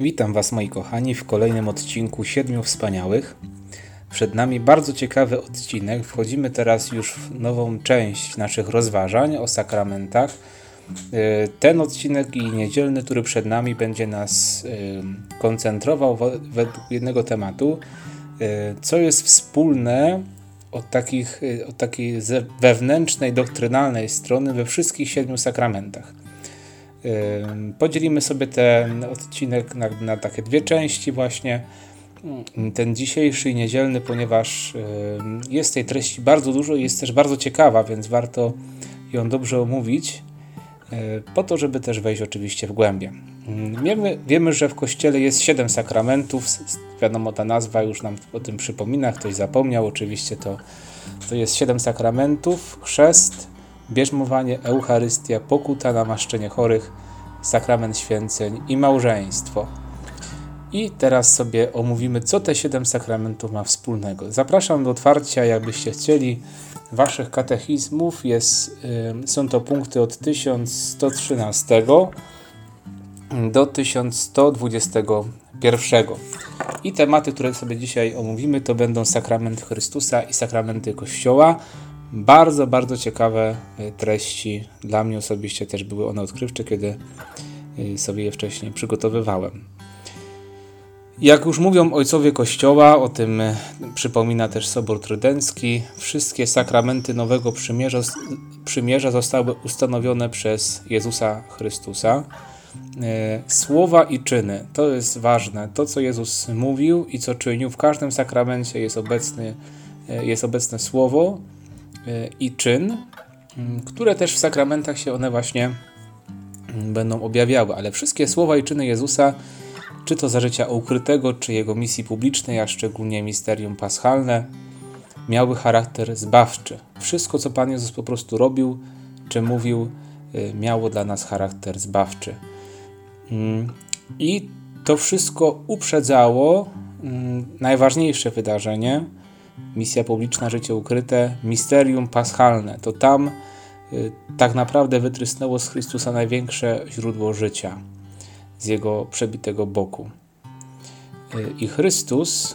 Witam Was, moi kochani, w kolejnym odcinku Siedmiu Wspaniałych. Przed nami bardzo ciekawy odcinek. Wchodzimy teraz już w nową część naszych rozważań o sakramentach. Ten odcinek i niedzielny, który przed nami, będzie nas koncentrował według jednego tematu, co jest wspólne od takiej wewnętrznej, doktrynalnej strony we wszystkich siedmiu sakramentach. Podzielimy sobie ten odcinek na takie dwie części właśnie. Ten dzisiejszy i niedzielny, ponieważ jest tej treści bardzo dużo i jest też bardzo ciekawa, więc warto ją dobrze omówić, po to, żeby też wejść oczywiście w głębie. Wiemy, że w Kościele jest 7 sakramentów. Wiadomo, ta nazwa już nam o tym przypomina, ktoś zapomniał. Oczywiście to jest 7 sakramentów: chrzest, bierzmowanie, Eucharystia, pokuta, namaszczenie chorych, sakrament święceń i małżeństwo. I teraz sobie omówimy, co te 7 sakramentów ma wspólnego. Zapraszam do otwarcia, jakbyście chcieli, waszych katechizmów. Są to punkty od 1113 do 1121. I tematy, które sobie dzisiaj omówimy, to będą sakrament Chrystusa i sakramenty Kościoła. Bardzo, bardzo ciekawe treści. Dla mnie osobiście też były one odkrywcze, kiedy sobie je wcześniej przygotowywałem. Jak już mówią ojcowie Kościoła, o tym przypomina też Sobór Trydencki, wszystkie sakramenty Nowego Przymierza zostały ustanowione przez Jezusa Chrystusa. Słowa i czyny, to jest ważne. To, co Jezus mówił i co czynił, w każdym sakramencie jest obecne słowo i czyn, które też w sakramentach się one właśnie będą objawiały. Ale wszystkie słowa i czyny Jezusa, czy to za życia ukrytego, czy Jego misji publicznej, a szczególnie misterium paschalne, miały charakter zbawczy. Wszystko, co Pan Jezus po prostu robił, czy mówił, miało dla nas charakter zbawczy. I to wszystko uprzedzało najważniejsze wydarzenie, misja publiczna, życie ukryte, misterium paschalne. To tam tak naprawdę wytrysnęło z Chrystusa największe źródło życia, z Jego przebitego boku. I Chrystus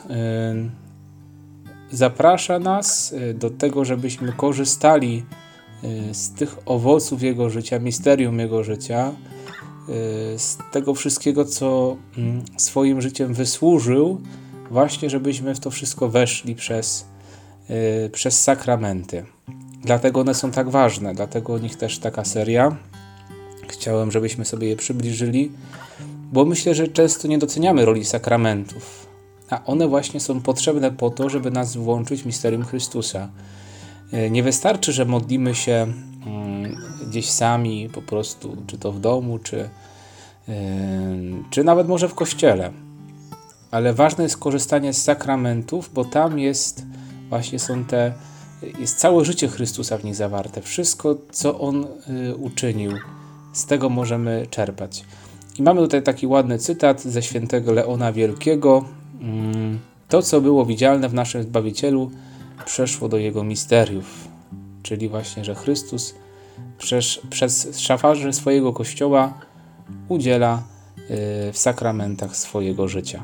zaprasza nas do tego, żebyśmy korzystali z tych owoców Jego życia, misterium Jego życia, z tego wszystkiego, co swoim życiem wysłużył, właśnie żebyśmy w to wszystko weszli przez sakramenty. Dlatego one są tak ważne, dlatego o nich też taka seria. Chciałem, żebyśmy sobie je przybliżyli, bo myślę, że często nie doceniamy roli sakramentów, a one właśnie są potrzebne po to, żeby nas włączyć w misterium Chrystusa. Nie wystarczy, że modlimy się gdzieś sami po prostu, czy to w domu, czy nawet może w kościele. Ale ważne jest korzystanie z sakramentów, bo tam jest całe życie Chrystusa w nich zawarte. Wszystko, co On uczynił, z tego możemy czerpać. I mamy tutaj taki ładny cytat ze świętego Leona Wielkiego. To, co było widzialne w naszym Zbawicielu, przeszło do Jego misteriów. Czyli właśnie, że Chrystus przez szafarzy swojego Kościoła udziela w sakramentach swojego życia.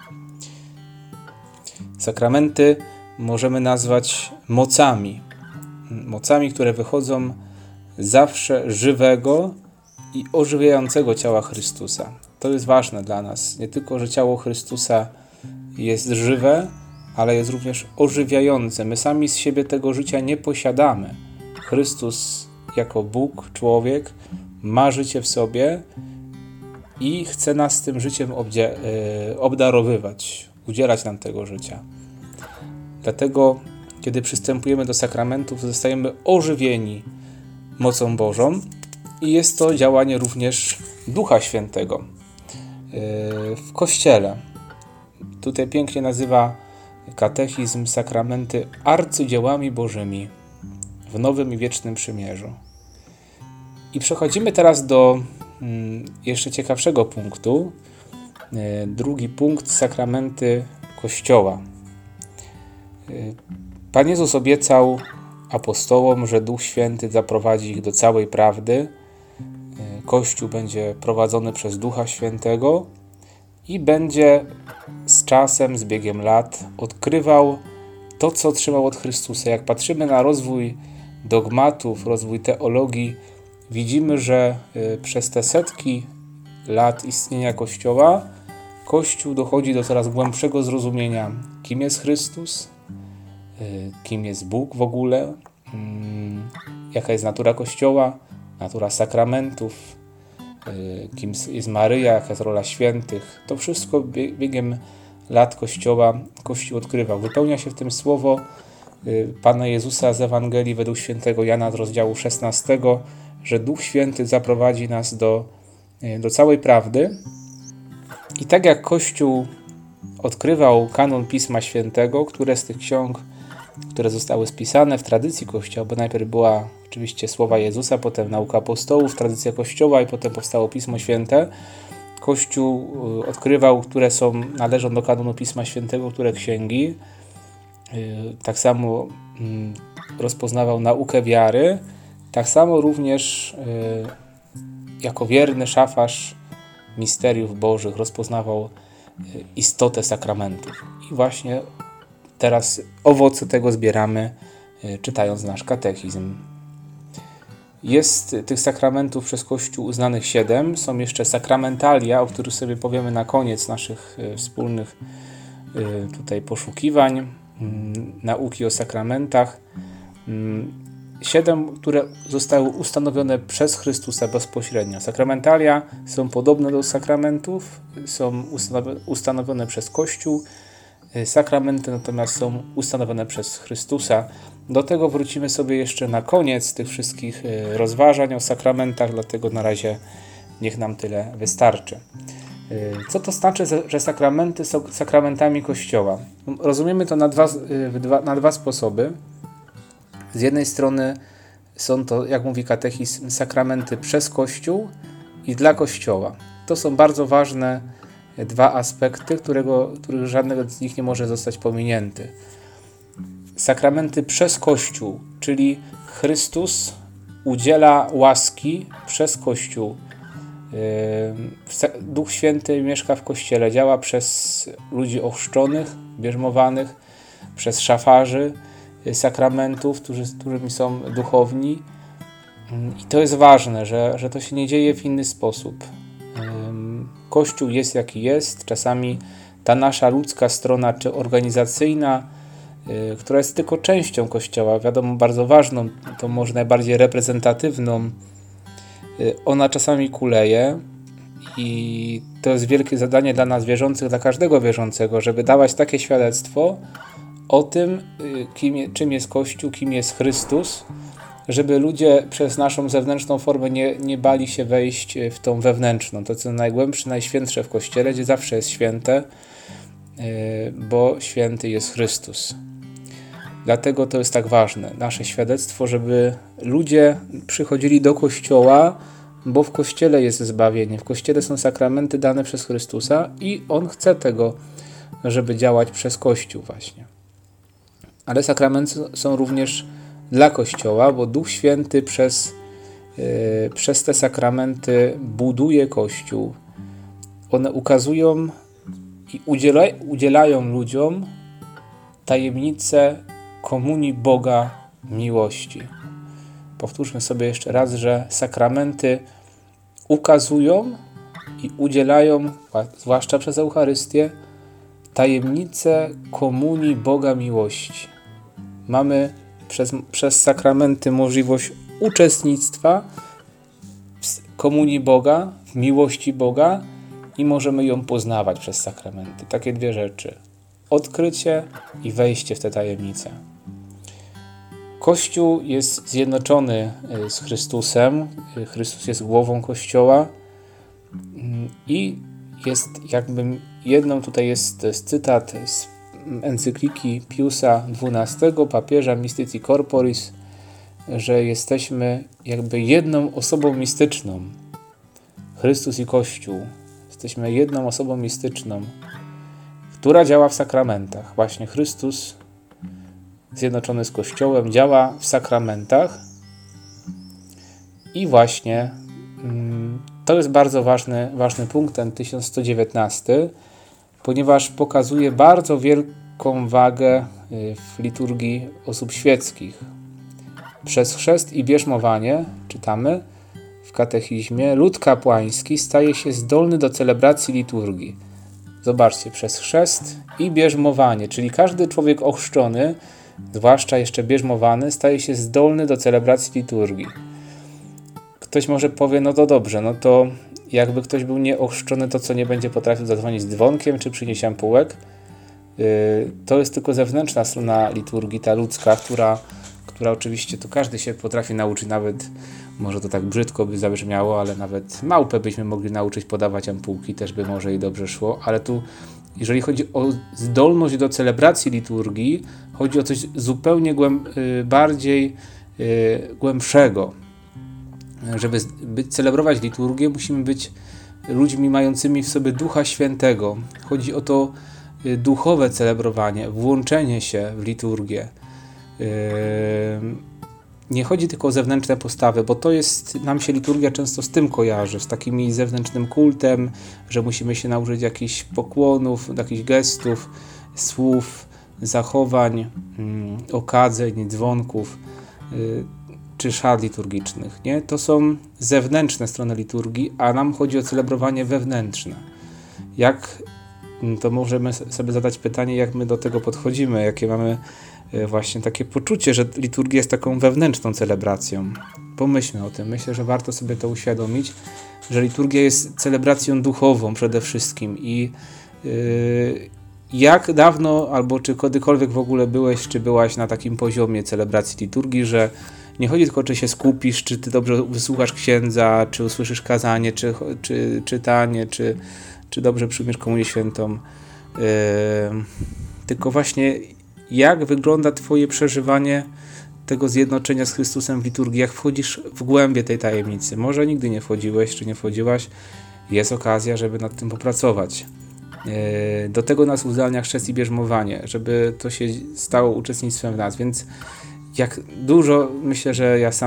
Sakramenty możemy nazwać mocami. Mocami, które wychodzą zawsze żywego i ożywiającego ciała Chrystusa. To jest ważne dla nas. Nie tylko, że ciało Chrystusa jest żywe, ale jest również ożywiające. My sami z siebie tego życia nie posiadamy. Chrystus jako Bóg, człowiek, ma życie w sobie i chce nas tym życiem obdarowywać, udzielać nam tego życia. Dlatego, kiedy przystępujemy do sakramentów, zostajemy ożywieni mocą Bożą i jest to działanie również Ducha Świętego w Kościele. Tutaj pięknie nazywa katechizm sakramenty arcydziełami Bożymi w nowym i wiecznym przymierzu. I przechodzimy teraz do jeszcze ciekawszego punktu. Drugi punkt, sakramenty Kościoła. Pan Jezus obiecał apostołom, że Duch Święty zaprowadzi ich do całej prawdy. Kościół będzie prowadzony przez Ducha Świętego i będzie z czasem, z biegiem lat odkrywał to, co otrzymał od Chrystusa. Jak patrzymy na rozwój dogmatów, rozwój teologii, widzimy, że przez te setki lat istnienia Kościoła, Kościół dochodzi do coraz głębszego zrozumienia, kim jest Chrystus, kim jest Bóg w ogóle, jaka jest natura Kościoła, natura sakramentów, kim jest Maryja, jaka jest rola świętych. To wszystko biegiem lat Kościoła Kościół odkrywał. Wypełnia się w tym słowo Pana Jezusa z Ewangelii według świętego Jana z rozdziału 16, że Duch Święty zaprowadzi nas do całej prawdy. I tak jak Kościół odkrywał kanon Pisma Świętego, które z tych ksiąg, które zostały spisane w tradycji Kościoła, bo najpierw była oczywiście słowa Jezusa, potem nauka apostołów, tradycja Kościoła i potem powstało Pismo Święte. Kościół odkrywał, które należą do kanonu Pisma Świętego, które księgi. Tak samo rozpoznawał naukę wiary. Tak samo również jako wierny szafarz misteriów bożych rozpoznawał istotę sakramentów. I właśnie teraz owoce tego zbieramy, czytając nasz katechizm. Jest tych sakramentów przez Kościół uznanych 7. Są jeszcze sakramentalia, o których sobie powiemy na koniec naszych wspólnych tutaj poszukiwań, nauki o sakramentach. 7, które zostały ustanowione przez Chrystusa bezpośrednio. Sakramentalia są podobne do sakramentów, są ustanowione przez Kościół. Sakramenty natomiast są ustanowione przez Chrystusa. Do tego wrócimy sobie jeszcze na koniec tych wszystkich rozważań o sakramentach, dlatego na razie niech nam tyle wystarczy. Co to znaczy, że sakramenty są sakramentami Kościoła? Rozumiemy to na dwa sposoby. Z jednej strony są to, jak mówi katechizm, sakramenty przez Kościół i dla Kościoła. To są bardzo ważne dwa aspekty, których żadnego z nich nie może zostać pominięty. Sakramenty przez Kościół, czyli Chrystus udziela łaski przez Kościół. Duch Święty mieszka w Kościele, działa przez ludzi ochrzczonych, bierzmowanych, przez szafarzy sakramentów, którymi są duchowni. I to jest ważne, że to się nie dzieje w inny sposób. Kościół jest jaki jest. Czasami ta nasza ludzka strona, czy organizacyjna, która jest tylko częścią Kościoła, wiadomo, bardzo ważną, to może najbardziej reprezentatywną, ona czasami kuleje i to jest wielkie zadanie dla nas wierzących, dla każdego wierzącego, żeby dawać takie świadectwo o tym, czym jest Kościół, kim jest Chrystus, żeby ludzie przez naszą zewnętrzną formę nie bali się wejść w tą wewnętrzną, to co najgłębsze, najświętsze w Kościele, gdzie zawsze jest święte, bo święty jest Chrystus. Dlatego to jest tak ważne, nasze świadectwo, żeby ludzie przychodzili do Kościoła, bo w Kościele jest zbawienie, w Kościele są sakramenty dane przez Chrystusa i On chce tego, żeby działać przez Kościół właśnie. Ale sakramenty są również dla Kościoła, bo Duch Święty przez te sakramenty buduje Kościół. One ukazują i udzielają ludziom tajemnicę komunii Boga miłości. Powtórzmy sobie jeszcze raz, że sakramenty ukazują i udzielają, zwłaszcza przez Eucharystię, tajemnicę komunii Boga miłości. Mamy przez sakramenty możliwość uczestnictwa w komunii Boga, w miłości Boga i możemy ją poznawać przez sakramenty. Takie dwie rzeczy. Odkrycie i wejście w tę tajemnicę. Kościół jest zjednoczony z Chrystusem. Chrystus jest głową Kościoła i jest tutaj jest cytat z encykliki Piusa XII, papieża Mystici Corporis, że jesteśmy jakby jedną osobą mistyczną. Chrystus i Kościół. Jesteśmy jedną osobą mistyczną, która działa w sakramentach. Właśnie Chrystus zjednoczony z Kościołem działa w sakramentach i właśnie To jest bardzo ważny punkt, ten 1119, ponieważ pokazuje bardzo wielką wagę w liturgii osób świeckich. Przez chrzest i bierzmowanie, czytamy w katechizmie, lud kapłański staje się zdolny do celebracji liturgii. Zobaczcie, przez chrzest i bierzmowanie, czyli każdy człowiek ochrzczony, zwłaszcza jeszcze bierzmowany, staje się zdolny do celebracji liturgii. Ktoś może powie, no to dobrze, no to jakby ktoś był nieochrzczony, to co, nie będzie potrafił zadzwonić z dzwonkiem czy przynieść ampułek? To jest tylko zewnętrzna strona liturgii, ta ludzka, która oczywiście to każdy się potrafi nauczyć, nawet może to tak brzydko by zabrzmiało, ale nawet małpę byśmy mogli nauczyć podawać ampułki, też by może i dobrze szło, ale tu jeżeli chodzi o zdolność do celebracji liturgii, chodzi o coś zupełnie bardziej głębszego. Żeby celebrować liturgię, musimy być ludźmi mającymi w sobie Ducha Świętego. Chodzi o to duchowe celebrowanie, włączenie się w liturgię. Nie chodzi tylko o zewnętrzne postawy, bo to jest, nam się liturgia często z tym kojarzy, z takim zewnętrznym kultem, że musimy się nauczyć jakichś pokłonów, jakichś gestów, słów, zachowań, okadzeń, dzwonków czy szat liturgicznych. Nie? To są zewnętrzne strony liturgii, a nam chodzi o celebrowanie wewnętrzne. To możemy sobie zadać pytanie, jak my do tego podchodzimy, jakie mamy właśnie takie poczucie, że liturgia jest taką wewnętrzną celebracją. Pomyślmy o tym. Myślę, że warto sobie to uświadomić, że liturgia jest celebracją duchową przede wszystkim i jak dawno, albo czy kiedykolwiek w ogóle byłeś, czy byłaś na takim poziomie celebracji liturgii, że nie chodzi tylko, czy się skupisz, czy ty dobrze wysłuchasz księdza, czy usłyszysz kazanie, czy czytanie, czy dobrze przyjmiesz komunię świętą, tylko właśnie jak wygląda twoje przeżywanie tego zjednoczenia z Chrystusem w liturgii, jak wchodzisz w głębie tej tajemnicy. Może nigdy nie wchodziłeś, czy nie wchodziłaś, jest okazja, żeby nad tym popracować. Do tego nas uzdalnia chrzest i bierzmowanie, żeby to się stało uczestnictwem w nas, więc jak dużo, myślę, że ja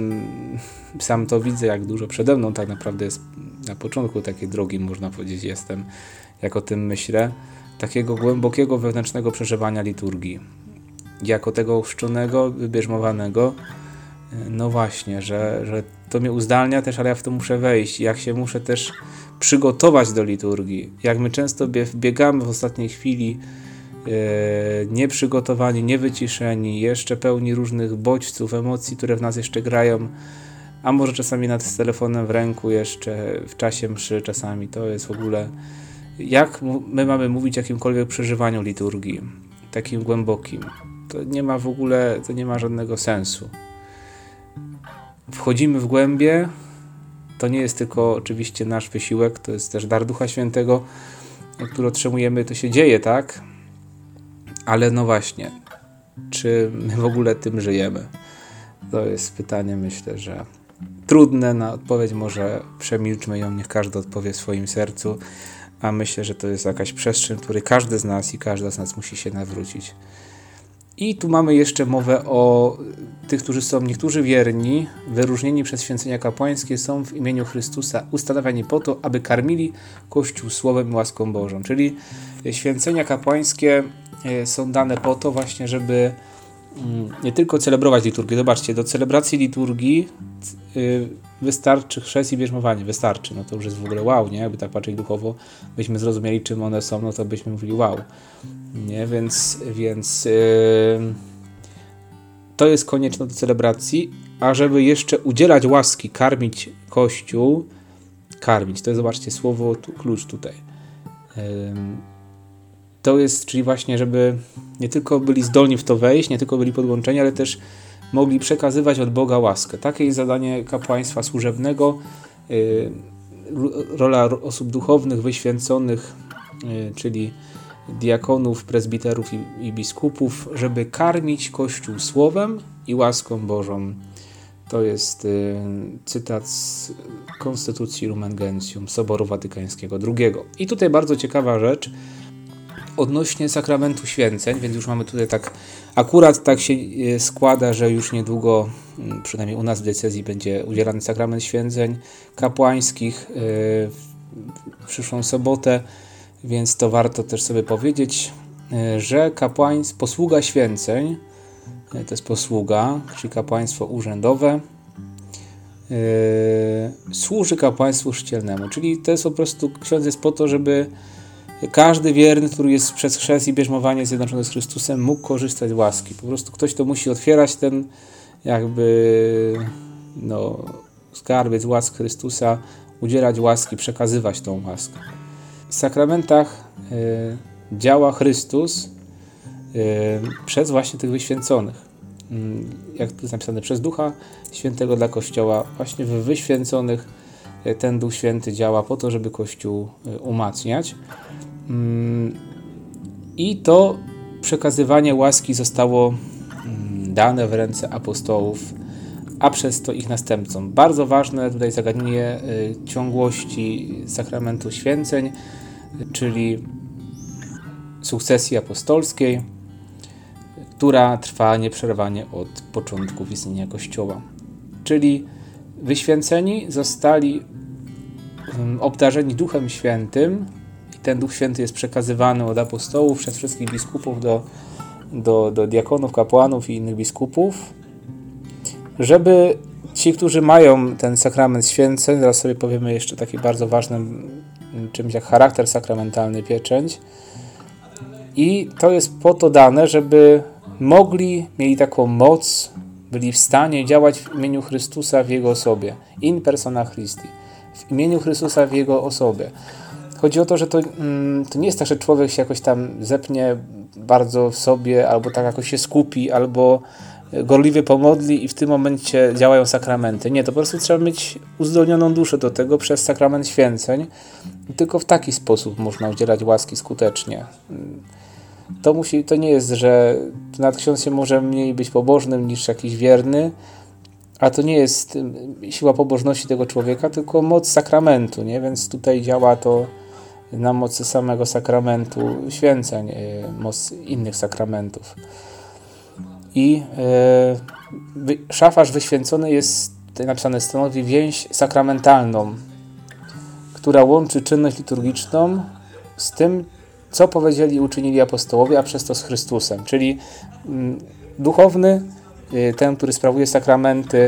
sam to widzę, jak dużo przede mną tak naprawdę jest na początku takiej drogi, można powiedzieć, jestem, jak o tym myślę, takiego głębokiego wewnętrznego przeżywania liturgii. Jako tego ochrzczonego, wybierzmowanego, no właśnie, że to mnie uzdalnia też, ale ja w to muszę wejść, jak się muszę też przygotować do liturgii, jak my często biegamy w ostatniej chwili, nieprzygotowani, niewyciszeni, jeszcze pełni różnych bodźców, emocji, które w nas jeszcze grają, a może czasami nawet z telefonem w ręku jeszcze w czasie mszy czasami. To jest w ogóle, jak my mamy mówić o jakimkolwiek przeżywaniu liturgii, takim głębokim. To nie ma żadnego sensu. Wchodzimy w głębie, to nie jest tylko oczywiście nasz wysiłek, to jest też dar Ducha Świętego, który otrzymujemy, to się dzieje, tak? Ale no właśnie, czy my w ogóle tym żyjemy? To jest pytanie, myślę, że trudne na odpowiedź, może przemilczmy ją, niech każdy odpowie w swoim sercu, a myślę, że to jest jakaś przestrzeń, w której każdy z nas i każda z nas musi się nawrócić. I tu mamy jeszcze mowę o tych, którzy są niektórzy wierni, wyróżnieni przez święcenia kapłańskie, są w imieniu Chrystusa ustanawiani po to, aby karmili Kościół słowem i łaską Bożą. Czyli święcenia kapłańskie są dane po to właśnie, żeby nie tylko celebrować liturgię. Zobaczcie, do celebracji liturgii wystarczy chrzest i bierzmowanie. Wystarczy. No to już jest w ogóle wow, nie? Jakby tak patrzeć duchowo, byśmy zrozumieli, czym one są, no to byśmy mówili wow. Nie? Więc to jest konieczne do celebracji, a żeby jeszcze udzielać łaski, karmić Kościół, karmić, to jest, zobaczcie, słowo, klucz tutaj. To jest, czyli właśnie, żeby nie tylko byli zdolni w to wejść, nie tylko byli podłączeni, ale też mogli przekazywać od Boga łaskę. Takie jest zadanie kapłaństwa służebnego, rola osób duchownych, wyświęconych, czyli diakonów, prezbiterów i biskupów, żeby karmić Kościół słowem i łaską Bożą. To jest cytat z Konstytucji Lumen Gentium Soboru Watykańskiego II. I tutaj bardzo ciekawa rzecz, odnośnie sakramentu święceń, więc już mamy tutaj akurat tak się składa, że już niedługo, przynajmniej u nas w diecezji, będzie udzielany sakrament święceń kapłańskich w przyszłą sobotę, więc to warto też sobie powiedzieć, że posługa święceń, to jest posługa, czyli kapłaństwo urzędowe, służy kapłaństwu chrzcielnemu, czyli to jest po prostu, ksiądz jest po to, żeby każdy wierny, który jest przez chrzest i bierzmowanie zjednoczony z Chrystusem, mógł korzystać z łaski. Po prostu ktoś to musi otwierać ten skarbiec łask Chrystusa, udzielać łaski, przekazywać tą łaskę. W sakramentach działa Chrystus przez właśnie tych wyświęconych. Jak tu jest napisane, przez Ducha Świętego dla Kościoła, właśnie w wyświęconych ten Duch Święty działa po to, żeby Kościół umacniać. I to przekazywanie łaski zostało dane w ręce apostołów, a przez to ich następcom. Bardzo ważne tutaj zagadnienie ciągłości sakramentu święceń, czyli sukcesji apostolskiej, która trwa nieprzerwanie od początków istnienia Kościoła. Czyli wyświęceni zostali obdarzeni Duchem Świętym i ten Duch Święty jest przekazywany od apostołów przez wszystkich biskupów do diakonów, kapłanów i innych biskupów, żeby ci, którzy mają ten sakrament święceń, teraz sobie powiemy jeszcze takim bardzo ważnym czymś jak charakter sakramentalny pieczęć, i to jest po to dane, żeby mieli taką moc, byli w stanie działać w imieniu Chrystusa w Jego osobie. In persona Christi. W imieniu Chrystusa w Jego osobie. Chodzi o to, że to nie jest tak, że człowiek się jakoś tam zepnie bardzo w sobie, albo tak jakoś się skupi, albo gorliwie pomodli i w tym momencie działają sakramenty. Nie, to po prostu trzeba mieć uzdolnioną duszę do tego przez sakrament święceń. Tylko w taki sposób można udzielać łaski skutecznie. To nie jest, że nawet ksiądz się może mniej być pobożnym niż jakiś wierny, a to nie jest siła pobożności tego człowieka, tylko moc sakramentu, nie? Więc tutaj działa to na mocy samego sakramentu święceń, moc innych sakramentów. I szafarz wyświęcony jest, tutaj napisane, stanowi więź sakramentalną, która łączy czynność liturgiczną z tym, co powiedzieli i uczynili apostołowie, a przez to z Chrystusem. Czyli duchowny, ten, który sprawuje sakramenty,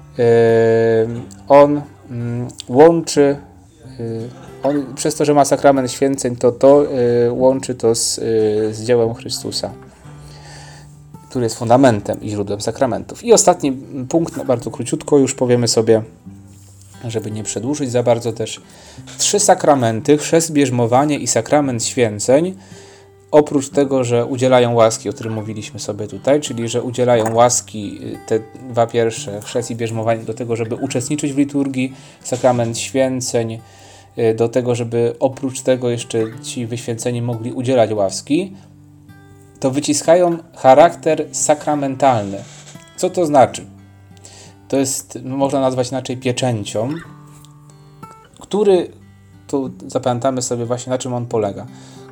on łączy, przez to, że ma sakrament święceń, to łączy to z dziełem Chrystusa, który jest fundamentem i źródłem sakramentów. I ostatni punkt, bardzo króciutko już powiemy sobie, żeby nie przedłużyć za bardzo też. 3 sakramenty, chrzest, bierzmowanie i sakrament święceń, oprócz tego, że udzielają łaski, o którym mówiliśmy sobie tutaj, czyli że udzielają łaski te 2 pierwsze, chrzest i bierzmowanie, do tego, żeby uczestniczyć w liturgii, sakrament święceń, do tego, żeby oprócz tego jeszcze ci wyświęceni mogli udzielać łaski, to wyciskają charakter sakramentalny. Co to znaczy? To jest, można nazwać inaczej, pieczęcią, tu zapamiętamy sobie właśnie, na czym on polega,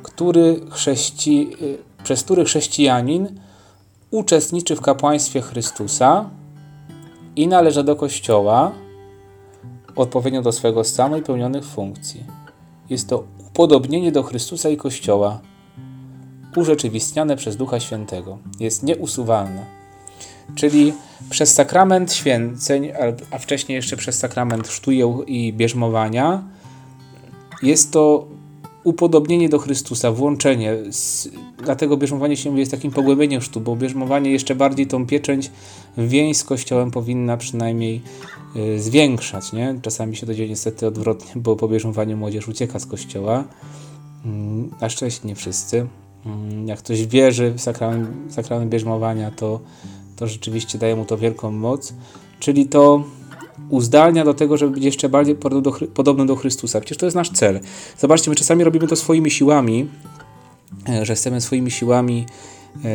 przez który chrześcijanin uczestniczy w kapłaństwie Chrystusa i należy do Kościoła odpowiednio do swego stanu i pełnionych funkcji. Jest to upodobnienie do Chrystusa i Kościoła, urzeczywistniane przez Ducha Świętego. Jest nieusuwalne. Czyli przez sakrament święceń, a wcześniej jeszcze przez sakrament chrztu i bierzmowania, jest to upodobnienie do Chrystusa, włączenie. Dlatego bierzmowanie się mówi jest takim pogłębieniem chrztu, bo bierzmowanie jeszcze bardziej tą pieczęć, więź z Kościołem powinna przynajmniej zwiększać. Nie? Czasami się to dzieje niestety odwrotnie, bo po bierzmowaniu młodzież ucieka z Kościoła. Na szczęście nie wszyscy. Jak ktoś wierzy w sakrament bierzmowania, to rzeczywiście daje mu to wielką moc. Czyli to uzdalnia do tego, żeby być jeszcze bardziej podobnym do Chrystusa. Przecież to jest nasz cel. Zobaczcie, my czasami robimy to swoimi siłami, że chcemy swoimi siłami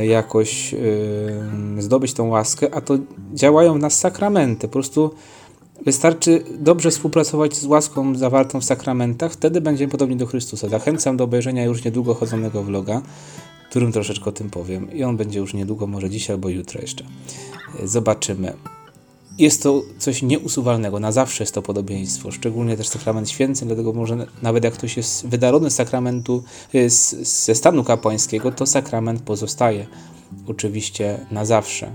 jakoś zdobyć tą łaskę, a to działają w nas sakramenty. Po prostu Wystarczy dobrze współpracować z łaską zawartą w sakramentach, wtedy będziemy podobni do Chrystusa. Zachęcam do obejrzenia już niedługo chodzonego vloga, w którym troszeczkę o tym powiem. I on będzie już niedługo, może dzisiaj albo jutro jeszcze. Zobaczymy. Jest to coś nieusuwalnego, na zawsze jest to podobieństwo, szczególnie też sakrament święceń, dlatego może nawet jak ktoś jest wydarzony z sakramentu, ze stanu kapłańskiego, to sakrament pozostaje oczywiście na zawsze.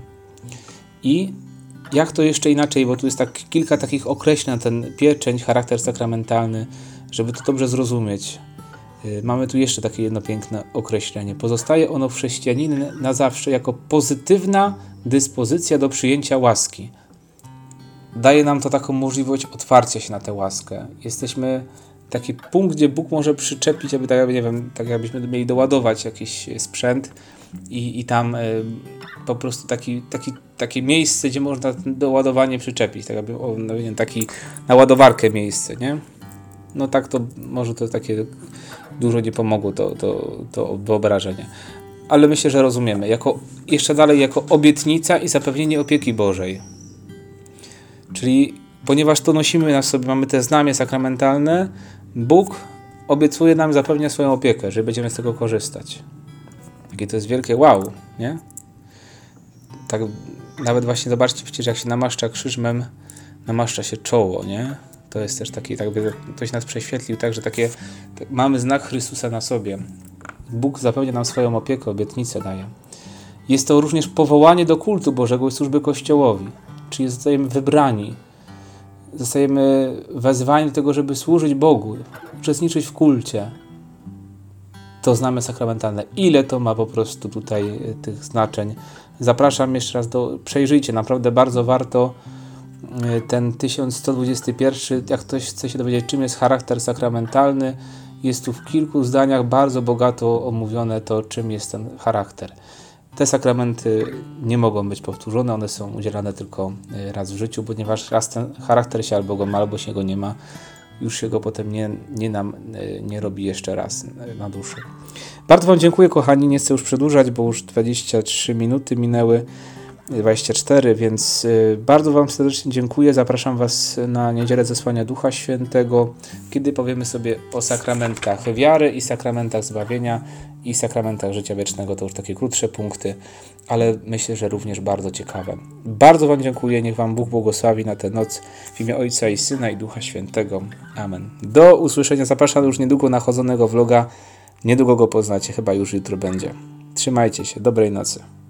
I jak to jeszcze inaczej, bo tu jest kilka takich określeń na ten pieczęć, charakter sakramentalny, żeby to dobrze zrozumieć. Mamy tu jeszcze takie jedno piękne określenie. Pozostaje ono w chrześcijaninu na zawsze jako pozytywna dyspozycja do przyjęcia łaski. Daje nam to taką możliwość otwarcia się na tę łaskę. Jesteśmy taki punkt, gdzie Bóg może przyczepić, aby tak jakbyśmy mieli doładować jakiś sprzęt i tam po prostu takie miejsce, gdzie można doładowanie przyczepić, tak jakby taki na ładowarkę miejsce, nie? No tak to może to takie dużo nie pomogło to wyobrażenie. Ale myślę, że rozumiemy. Jeszcze dalej jako obietnica i zapewnienie opieki Bożej. Czyli ponieważ to nosimy na sobie, mamy te znamie sakramentalne, Bóg obiecuje nam, zapewnia swoją opiekę, że będziemy z tego korzystać. Jakie to jest wielkie wow, nie? Tak nawet właśnie zobaczcie, przecież jak się namaszcza krzyżmem, namaszcza się czoło, nie? To jest też taki, tak by ktoś nas prześwietlił, tak, że mamy znak Chrystusa na sobie. Bóg zapewnia nam swoją opiekę, obietnicę daje. Jest to również powołanie do kultu Bożego i służby Kościołowi. Czyli zostajemy wybrani. Zostajemy wezwani do tego, żeby służyć Bogu, uczestniczyć w kulcie. To znamy sakramentalne. Ile to ma po prostu tutaj tych znaczeń. Zapraszam jeszcze raz przejrzyjcie. Naprawdę bardzo warto ten 1121. Jak ktoś chce się dowiedzieć, czym jest charakter sakramentalny, jest tu w kilku zdaniach bardzo bogato omówione to, czym jest ten charakter. Te sakramenty nie mogą być powtórzone, one są udzielane tylko raz w życiu, ponieważ raz ten charakter się albo go ma, albo się go nie ma. Już się go potem nie robi jeszcze raz na duszy. Bardzo Wam dziękuję, kochani, nie chcę już przedłużać, bo już 23 minuty minęły, 24, więc bardzo Wam serdecznie dziękuję. Zapraszam Was na niedzielę zesłania Ducha Świętego, kiedy powiemy sobie o sakramentach wiary i sakramentach zbawienia i sakramentach życia wiecznego. To już takie krótsze punkty, ale myślę, że również bardzo ciekawe. Bardzo Wam dziękuję. Niech Wam Bóg błogosławi na tę noc w imię Ojca i Syna i Ducha Świętego. Amen. Do usłyszenia. Zapraszam już niedługo na chodzonego vloga. Niedługo go poznacie. Chyba już jutro będzie. Trzymajcie się. Dobrej nocy.